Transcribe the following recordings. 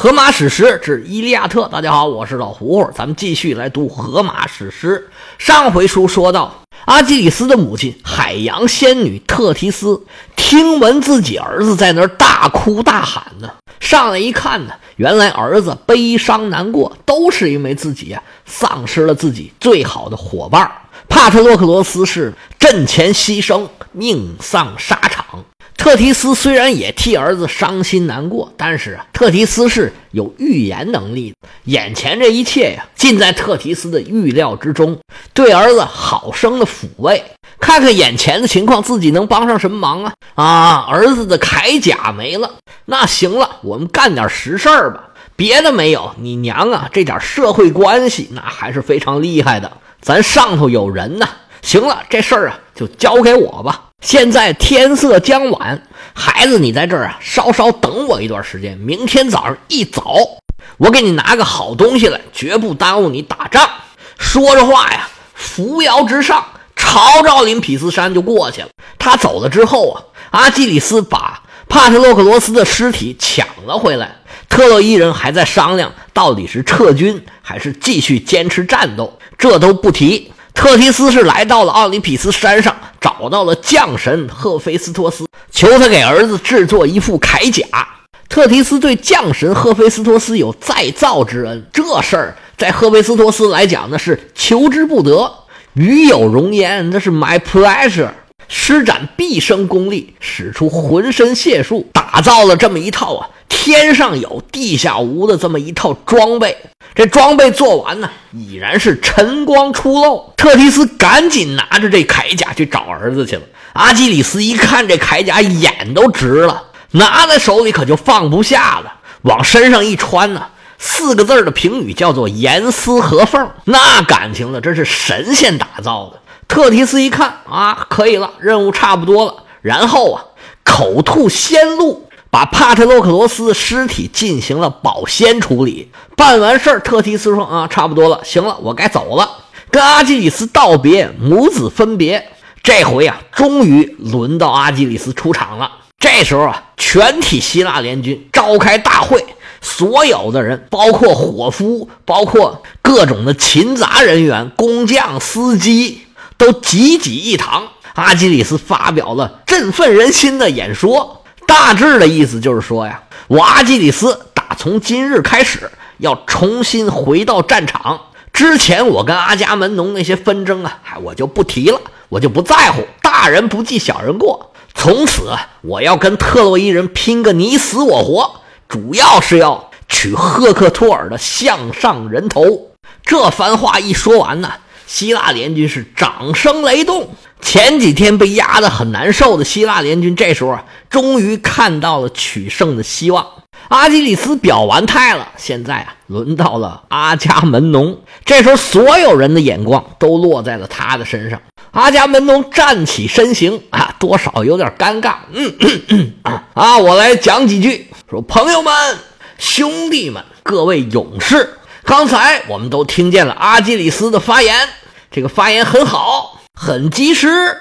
荷马史诗之伊利亚特。大家好，我是老胡胡，咱们继续来读荷马史诗。上回书说到，阿基里斯的母亲海洋仙女特提斯听闻自己儿子在那儿大哭大喊呢，上来一看呢，原来儿子悲伤难过，都是因为自己丧失了自己最好的伙伴帕特洛克罗斯，是阵前牺牲，命丧沙场。特提斯虽然也替儿子伤心难过，但是特提斯是有预言能力的，眼前这一切尽在特提斯的预料之中，对儿子好生的抚慰，看看眼前的情况，自己能帮上什么忙儿子的铠甲没了，那行了，我们干点实事吧，别的没有，你娘这点社会关系那还是非常厉害的，咱上头有人呢，行了，这事儿就交给我吧。现在天色将晚，孩子你在这儿稍稍等我一段时间，明天早上一早我给你拿个好东西来，绝不耽误你打仗。说着话扶摇直上，朝着奥林匹斯山就过去了。他走了之后阿基里斯把帕特洛克罗斯的尸体抢了回来，特洛伊人还在商量到底是撤军还是继续坚持战斗，这都不提。特提斯是来到了奥林匹斯山上，找到了将神赫菲斯托斯，求他给儿子制作一副铠甲。特提斯对将神赫菲斯托斯有再造之恩，这事儿在赫菲斯托斯来讲那是求之不得，与有容颜，那是 my pleasure， 施展毕生功力，使出浑身解数，打造了这么一套天上有地下无的这么一套装备。这装备做完呢，已然是晨光初露。特提斯赶紧拿着这铠甲去找儿子去了。阿基里斯一看这铠甲，眼都直了，拿在手里可就放不下了，往身上一穿呢，4个字的评语叫做严丝合缝，那感情了，这是神仙打造的。特提斯一看可以了，任务差不多了，然后口吐鲜露，把帕特洛克罗斯的尸体进行了保鲜处理。办完事儿，特提斯说差不多了，行了，我该走了，跟阿基里斯道别，母子分别。这回终于轮到阿基里斯出场了。这时候全体希腊联军召开大会，所有的人，包括伙夫，包括各种的勤杂人员、工匠、司机，都济济一堂。阿基里斯发表了振奋人心的演说，大致的意思就是说我阿基里斯打从今日开始要重新回到战场，之前我跟阿伽门农那些纷争我就不提了，我就不在乎，大人不计小人过，从此我要跟特洛伊人拼个你死我活，主要是要取赫克托尔的项上人头。这番话一说完呢，希腊联军是掌声雷动。前几天被压得很难受的希腊联军，这时候终于看到了取胜的希望。阿基里斯表完态了，现在轮到了阿伽门农。这时候所有人的眼光都落在了他的身上。阿伽门农站起身形多少有点尴尬。我来讲几句，说朋友们、兄弟们、各位勇士，刚才我们都听见了阿基里斯的发言，这个发言很好，很及时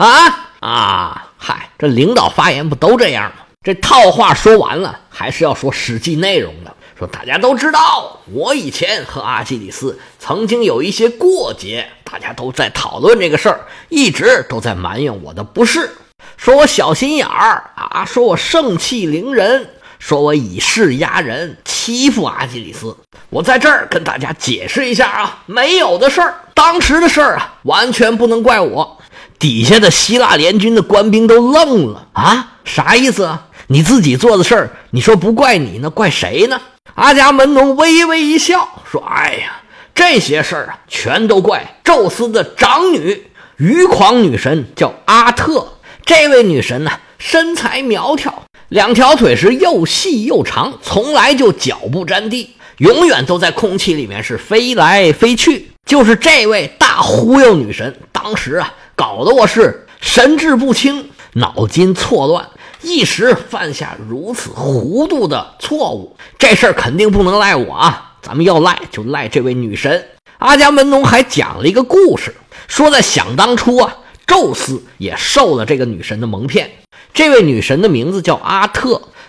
这领导发言不都这样吗？这套话说完了，还是要说实际内容的。说大家都知道，我以前和阿基里斯曾经有一些过节，大家都在讨论这个事儿，一直都在埋怨我的不是，说我小心眼儿说我盛气凌人，说我以势压人，欺负阿基里斯。我在这儿跟大家解释一下没有的事儿，当时的事儿完全不能怪我。底下的希腊联军的官兵都愣了啥意思你自己做的事儿，你说不怪你，那怪谁呢？阿伽门农微微一笑，说这些事儿全都怪宙斯的长女，愚狂女神叫阿特。这位女神身材苗条，2条腿是又细又长，从来就脚不沾地，永远都在空气里面是飞来飞去。就是这位大忽悠女神，当时搞得我是神志不清，脑筋错乱，一时犯下如此糊涂的错误。这事儿肯定不能赖我咱们要赖就赖这位女神。阿伽门农还讲了一个故事，说在想当初宙斯也受了这个女神的蒙骗。这位女神的名字叫阿特，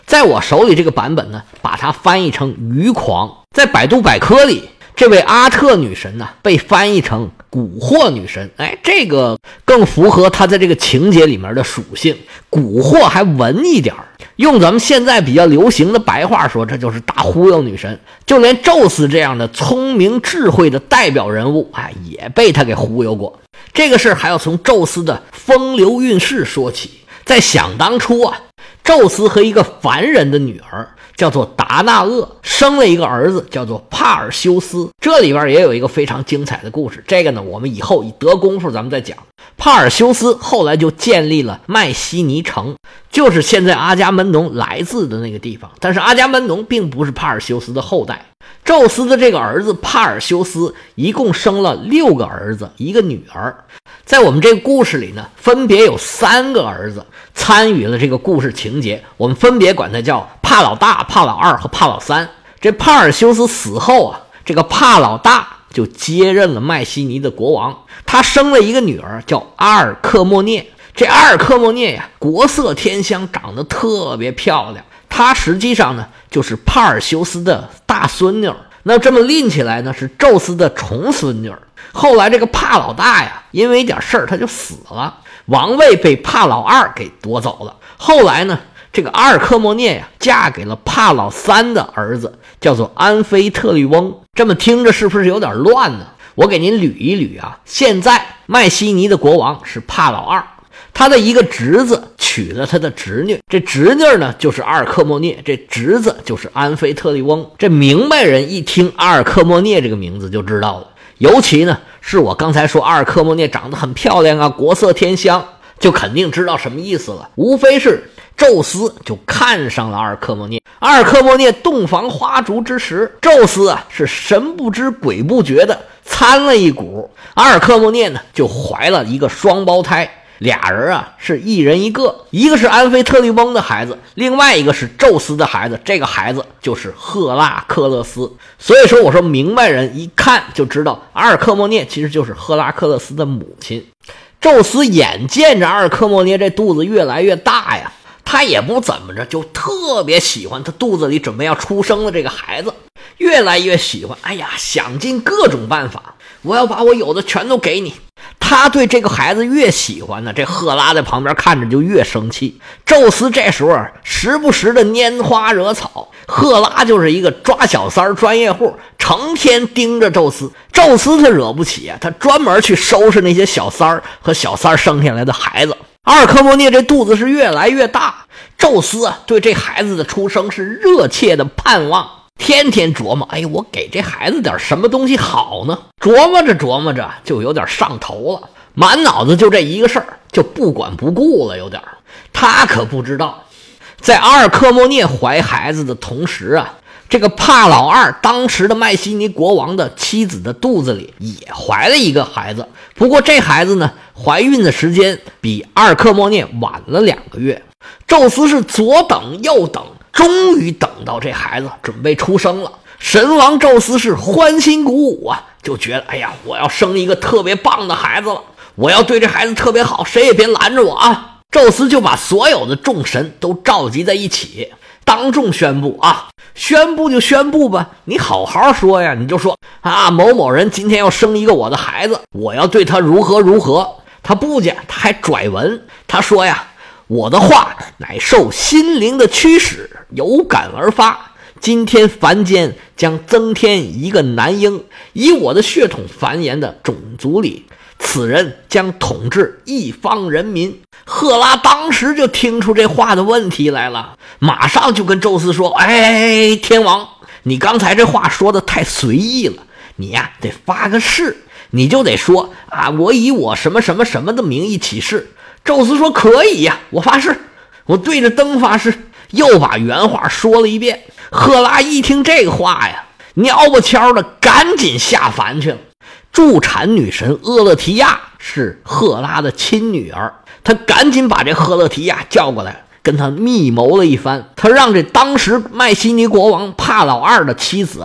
在我手里这个版本呢，把它翻译成愚狂。在百度百科里，这位阿特女神呢，被翻译成蛊惑女神。这个更符合她在这个情节里面的属性，蛊惑还文一点，用咱们现在比较流行的白话说，这就是大忽悠女神。就连宙斯这样的聪明智慧的代表人物，也被他给忽悠过。这个事还要从宙斯的风流韵事说起。在想当初啊，宙斯和一个凡人的女儿叫做达纳厄生了一个儿子叫做帕尔修斯。这里边也有一个非常精彩的故事，这个呢我们以后得功夫咱们再讲。帕尔修斯后来就建立了迈锡尼城，就是现在阿伽门农来自的那个地方。但是阿伽门农并不是帕尔修斯的后代。宙斯的这个儿子帕尔修斯一共生了6个儿子1个女儿。在我们这个故事里呢，分别有3个儿子参与了这个故事情节，我们分别管他叫帕老大、帕老二和帕老三。这帕尔修斯死后啊，这个帕老大就接任了迈锡尼的国王。他生了一个女儿叫阿尔克莫涅。这阿尔克莫涅呀，国色天香，长得特别漂亮。她实际上呢，就是帕尔修斯的大孙女。那这么拎起来呢，是宙斯的重孙女。后来这个帕老大呀，因为一点事儿他就死了，王位被帕老二给夺走了。后来呢，这个阿尔克莫涅呀，嫁给了帕老三的儿子，叫做安菲特律翁。这么听着是不是有点乱呢？我给您捋一捋啊。现在迈锡尼的国王是帕老二，他的一个侄子娶了他的侄女，这侄女呢就是阿尔克莫涅，这侄子就是安菲特律翁。这明白人一听阿尔克莫涅这个名字就知道了，尤其呢是我刚才说阿尔克莫涅长得很漂亮啊，国色天香，就肯定知道什么意思了。无非是宙斯就看上了阿尔克莫涅。阿尔克莫涅洞房花烛之时，宙斯啊是神不知鬼不觉的参了一股，阿尔克莫涅呢就怀了一个双胞胎。俩人啊是一人一个，一个是安菲特律翁的孩子，另外一个是宙斯的孩子，这个孩子就是赫拉克勒斯。所以说我说明白人一看就知道阿尔克莫涅其实就是赫拉克勒斯的母亲。宙斯眼见着阿尔克莫涅这肚子越来越大呀，他也不怎么着，就特别喜欢他肚子里准备要出生的这个孩子，越来越喜欢。想尽各种办法，我要把我有的全都给你。他对这个孩子越喜欢呢，这赫拉在旁边看着就越生气。宙斯这时候时不时的拈花惹草，赫拉就是一个抓小三专业户，成天盯着宙斯。宙斯他惹不起啊，他专门去收拾那些小三和小三生下来的孩子。阿尔克莫涅这肚子是越来越大，宙斯啊对这孩子的出生是热切的盼望，天天琢磨，我给这孩子点什么东西好呢？琢磨着琢磨着就有点上头了，满脑子就这一个事儿，就不管不顾了，有点。他可不知道，在阿尔克莫涅怀孩子的同时啊，这个帕老二当时的迈锡尼国王的妻子的肚子里也怀了一个孩子，不过这孩子呢，怀孕的时间比阿尔克莫涅晚了2个月。宙斯是左等右等，终于等到这孩子准备出生了。神王宙斯是欢欣鼓舞啊，就觉得我要生一个特别棒的孩子了，我要对这孩子特别好，谁也别拦着我啊。宙斯就把所有的众神都召集在一起，当众宣布啊，宣布就宣布吧，你好好说呀，你就说某某人今天要生一个我的孩子，我要对他如何如何。他不讲，他还拽文，他说我的话乃受心灵的驱使，有感而发。今天凡间将增添一个男婴，以我的血统繁衍的种族里，此人将统治一方人民。赫拉当时就听出这话的问题来了，马上就跟宙斯说，天王，你刚才这话说的太随意了，你得发个誓，你就得说我以我什么什么什么的名义起誓。宙斯说可以呀，我发誓，我对着灯发誓，又把原话说了一遍。赫拉一听这个话呀，尿不悄的赶紧下凡去了。助产女神厄勒提亚是赫拉的亲女儿，他赶紧把这赫勒提亚叫过来，跟他密谋了一番。他让这当时迈锡尼国王帕老二的妻子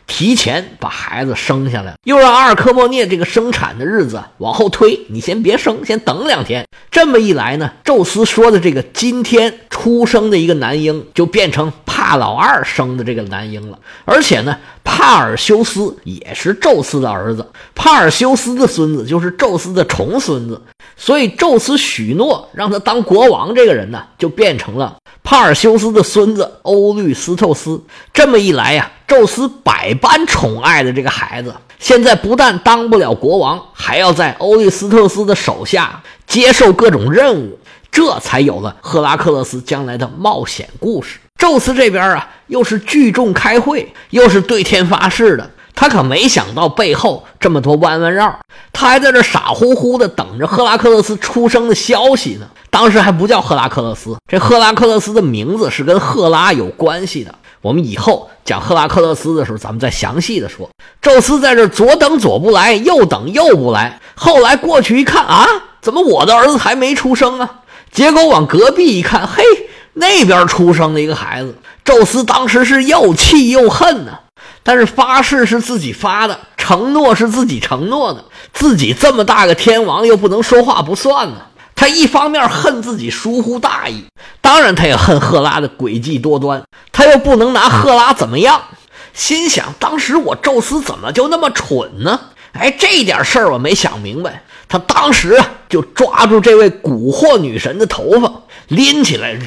提前把孩子生下来，又让阿尔科莫涅这个生产的日子往后推，你先别生，先等2天。这么一来呢，宙斯说的这个今天出生的一个男婴就变成帕老二生的这个男婴了。而且呢，帕尔修斯也是宙斯的儿子，帕尔修斯的孙子就是宙斯的重孙子，所以宙斯许诺让他当国王这个人呢，就变成了帕尔修斯的孙子欧律斯透斯。这么一来呀，宙斯百般宠爱的这个孩子，现在不但当不了国王，还要在欧律斯透斯的手下接受各种任务，这才有了赫拉克勒斯将来的冒险故事。宙斯这边啊，又是聚众开会，又是对天发誓的，他可没想到背后这么多弯弯绕，他还在这傻乎乎的等着赫拉克勒斯出生的消息呢。当时还不叫赫拉克勒斯，这赫拉克勒斯的名字是跟赫拉有关系的，我们以后讲赫拉克勒斯的时候咱们再详细的说。宙斯在这左等左不来，右等右不来，后来过去一看啊，怎么我的儿子还没出生啊？结果往隔壁一看，嘿，那边出生了一个孩子。宙斯当时是又气又恨呢，但是发誓是自己发的，承诺是自己承诺的，自己这么大个天王又不能说话不算呢。他一方面恨自己疏忽大意，当然他也恨赫拉的诡计多端，他又不能拿赫拉怎么样，心想当时我宙斯怎么就那么蠢呢？这点事儿我没想明白。他当时啊就抓住这位蛊惑女神的头发，拎起来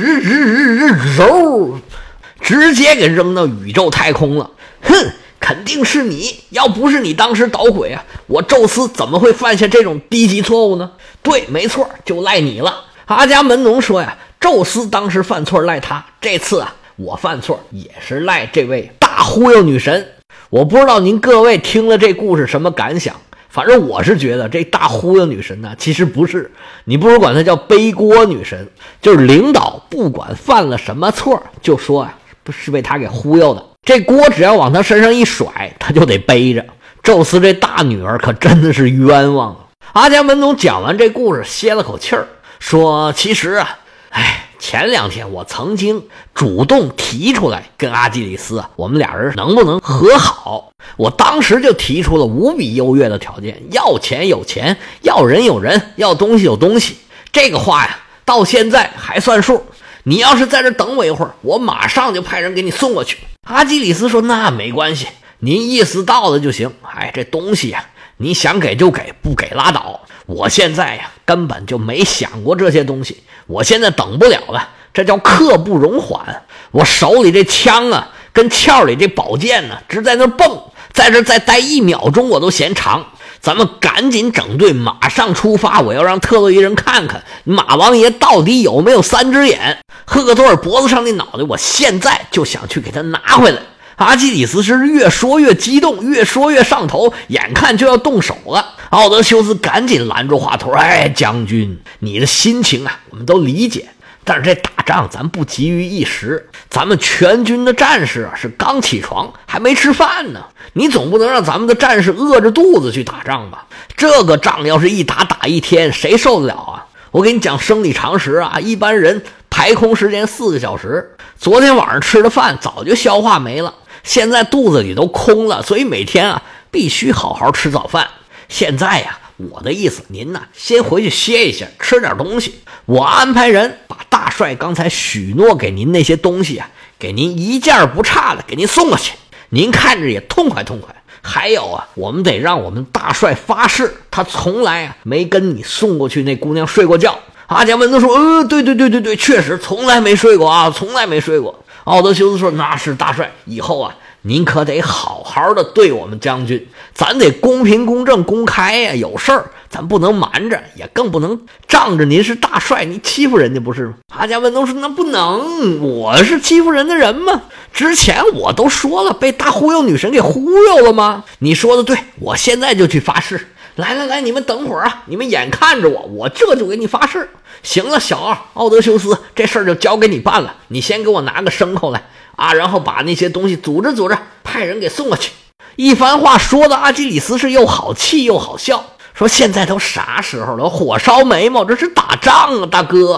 揉，直接给扔到宇宙太空了。哼，肯定是你，要不是你当时捣鬼啊，我宙斯怎么会犯下这种低级错误呢？对，没错，就赖你了。阿伽门农说呀，宙斯当时犯错赖他，这次啊我犯错也是赖这位大忽悠女神。我不知道您各位听了这故事什么感想，反正我是觉得这大忽悠女神呢，其实不是，你不如管她叫背锅女神，就是领导不管犯了什么错，就说啊不是被她给忽悠的，这锅只要往她身上一甩，她就得背着。宙斯这大女儿可真的是冤枉啊！阿伽门农讲完这故事，歇了口气儿，说其实啊，前2天我曾经主动提出来跟阿基里斯啊，我们俩人能不能和好？我当时就提出了无比优越的条件，要钱有钱，要人有人，要东西有东西。这个话呀，到现在还算数。你要是在这等我一会儿，我马上就派人给你送过去。阿基里斯说那没关系，您意思到了就行。这东西呀，你想给就给，不给拉倒。我现在呀根本就没想过这些东西，我现在等不了了，这叫刻不容缓。我手里这枪啊跟鞘里这宝剑呢只在那蹦，在这再待1秒钟我都嫌长。咱们赶紧整队，马上出发，我要让特洛伊人看看马王爷到底有没有3只眼。赫克托尔脖子上那脑袋我现在就想去给他拿回来。阿基里斯是越说越激动，越说越上头，眼看就要动手了。奥德修斯赶紧拦住话头，将军，你的心情啊我们都理解，但是这打仗咱不急于一时，咱们全军的战士啊是刚起床还没吃饭呢，你总不能让咱们的战士饿着肚子去打仗吧？这个仗要是一打1天，谁受得了啊？我给你讲生理常识啊，一般人排空时间4个小时，昨天晚上吃的饭早就消化没了，现在肚子里都空了，所以每天啊必须好好吃早饭。现在呀，我的意思，您呢先回去歇一下，吃点东西。我安排人把大帅刚才许诺给您那些东西啊，给您一件不差的给您送过去，您看着也痛快痛快。还有啊，我们得让我们大帅发誓，他从来啊没跟你送过去那姑娘睡过觉。阿伽门农说对，确实从来没睡过啊，从来没睡过。奥德修斯说那是大帅，以后啊您可得好好的对我们将军，咱得公平公正公开呀，有事儿咱不能瞒着，也更不能仗着您是大帅你欺负人家不是吗？阿伽门农说那不能，我是欺负人的人吗？之前我都说了，被大忽悠女神给忽悠了吗？你说的对，我现在就去发誓。来，你们等会儿啊，你们眼看着我这就给你发誓。行了，小奥德修斯，这事儿就交给你办了，你先给我拿个牲口来啊，然后把那些东西组织，派人给送过去。一番话说的阿基里斯是又好气又好笑，说现在都啥时候了，火烧眉毛，这是打仗啊，大哥，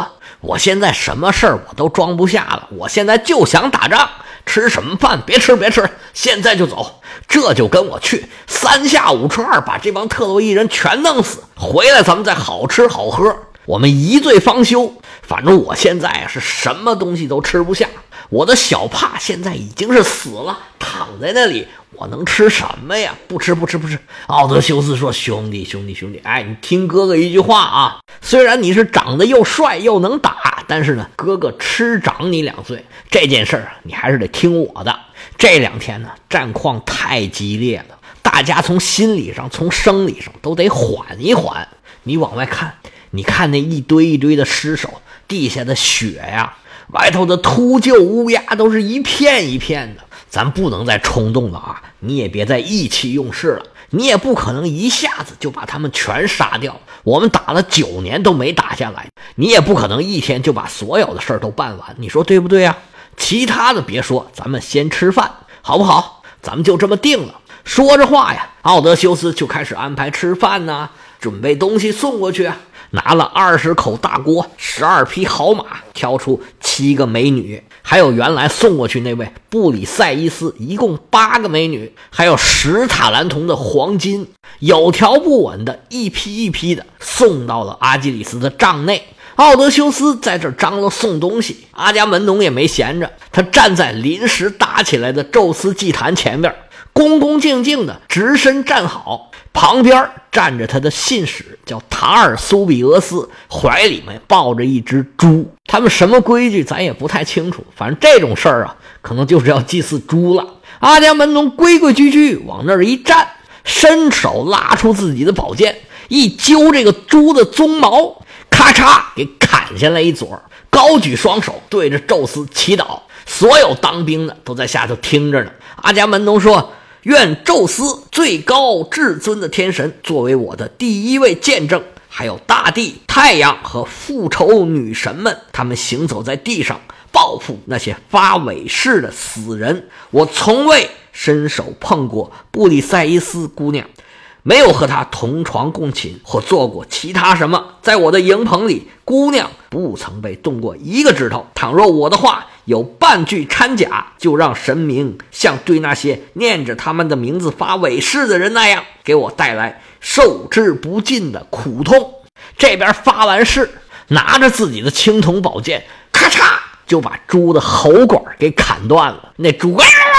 我现在什么事儿我都装不下了，我现在就想打仗，吃什么饭？别吃，现在就走。这就跟我去，3下5除2把这帮特洛伊人全弄死，回来咱们再好吃好喝，我们一醉方休。反正我现在是什么东西都吃不下，我的小帕现在已经是死了，躺在那里，我能吃什么呀？不吃。奥德修斯说：“兄弟，哎，你听哥哥一句话啊，虽然你是长得又帅又能打，但是呢，哥哥吃长你2岁，这件事儿你还是得听我的。这2天呢，战况太激烈了，大家从心理上、从生理上都得缓一缓。你往外看，你看那一堆一堆的尸首，地下的血呀，外头的秃鹫乌鸦都是一片一片的。咱不能再冲动了啊！你也别再意气用事了，你也不可能一下子就把他们全杀掉。我们打了9年都没打下来，你也不可能一天就把所有的事儿都办完，你说对不对啊？其他的别说，咱们先吃饭好不好？咱们就这么定了。说着话呀，奥德修斯就开始安排吃饭呐，准备东西送过去啊。拿了20口大锅，12匹好马，挑出7个美女，还有原来送过去那位布里塞伊斯，一共8个美女，还有10塔兰童的黄金，有条不紊的一批一批的送到了阿基里斯的帐内。奥德修斯在这张罗送东西，阿伽门农也没闲着，他站在临时搭起来的宙斯祭坛前边，恭恭敬敬的直身站好，旁边站着他的信使叫塔尔苏比俄斯，怀里面抱着一只猪。他们什么规矩咱也不太清楚，反正这种事儿啊，可能就是要祭祀猪了。阿伽门农规规矩矩往那儿一站，伸手拉出自己的宝剑，一揪这个猪的鬃毛，咔嚓给砍下来一撮，高举双手对着宙斯祈祷。所有当兵的都在下头听着呢。阿伽门农说：“愿宙斯最高至尊的天神作为我的第一位见证，还有大地、太阳和复仇女神们，他们行走在地上，报复那些发伪誓的死人。我从未伸手碰过布里塞伊斯姑娘，没有和她同床共寝或做过其他什么。在我的营棚里，姑娘不曾被动过一个指头。倘若我的话有半句掺假，就让神明像对那些念着他们的名字发伪誓的人那样，给我带来受之不尽的苦痛。”这边发完誓，拿着自己的青铜宝剑，咔嚓就把猪的喉管给砍断了。那猪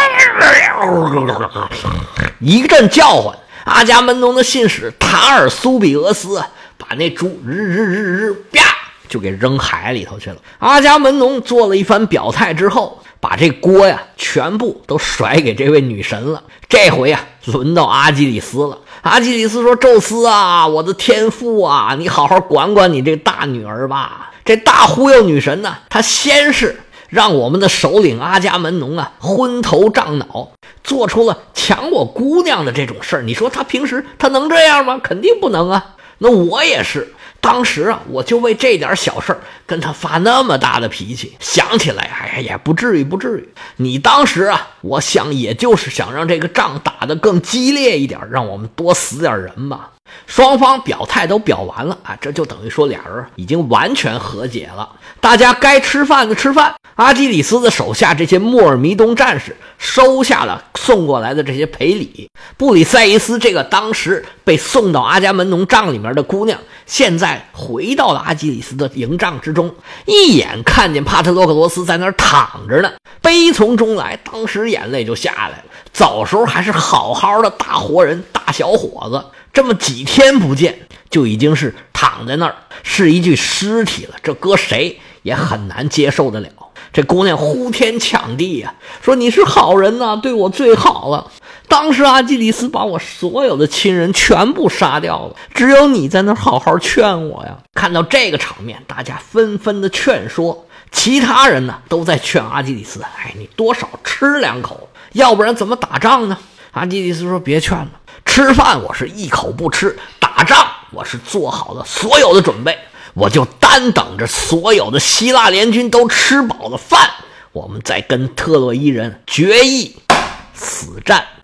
一阵叫唤，阿伽门农的信使塔尔苏比俄斯把那猪啪就给扔海里头去了。阿伽门农做了一番表态之后，把这锅呀全部都甩给这位女神了。这回呀轮到阿基里斯了。阿基里斯说：“宙斯啊，我的天父啊，你好好管管你这大女儿吧。”这大忽悠女神呢，她先是让我们的首领阿伽门农啊昏头胀脑，做出了抢我姑娘的这种事儿。你说他平时他能这样吗？肯定不能啊。那我也是，当时啊我就为这点小事儿跟他发那么大的脾气，想起来哎呀也不至于。你当时啊，我想也就是想让这个仗打得更激烈一点，让我们多死点人吧。双方表态都表完了啊，这就等于说俩人已经完全和解了，大家该吃饭的吃饭。阿基里斯的手下这些莫尔弥东战士收下了送过来的这些赔礼。布里塞伊斯这个当时被送到阿伽门农帐里面的姑娘，现在回到了阿基里斯的营帐之中，一眼看见帕特洛克罗斯在那儿躺着呢，悲从中来，当时眼泪就下来了。早时候还是好好的大活人大小伙子，这么几天不见就已经是躺在那儿是一具尸体了，这搁谁也很难接受得了。这姑娘呼天抢地呀，说你是好人呐，对我最好了。当时阿基里斯把我所有的亲人全部杀掉了，只有你在那儿好好劝我呀。看到这个场面，大家纷纷的劝说，其他人呢都在劝阿基里斯，哎，你多少吃2口，要不然怎么打仗呢？阿基里斯说别劝了，吃饭我是一口不吃，打仗我是做好了所有的准备，我就单等着所有的希腊联军都吃饱了饭，我们再跟特洛伊人决一死战。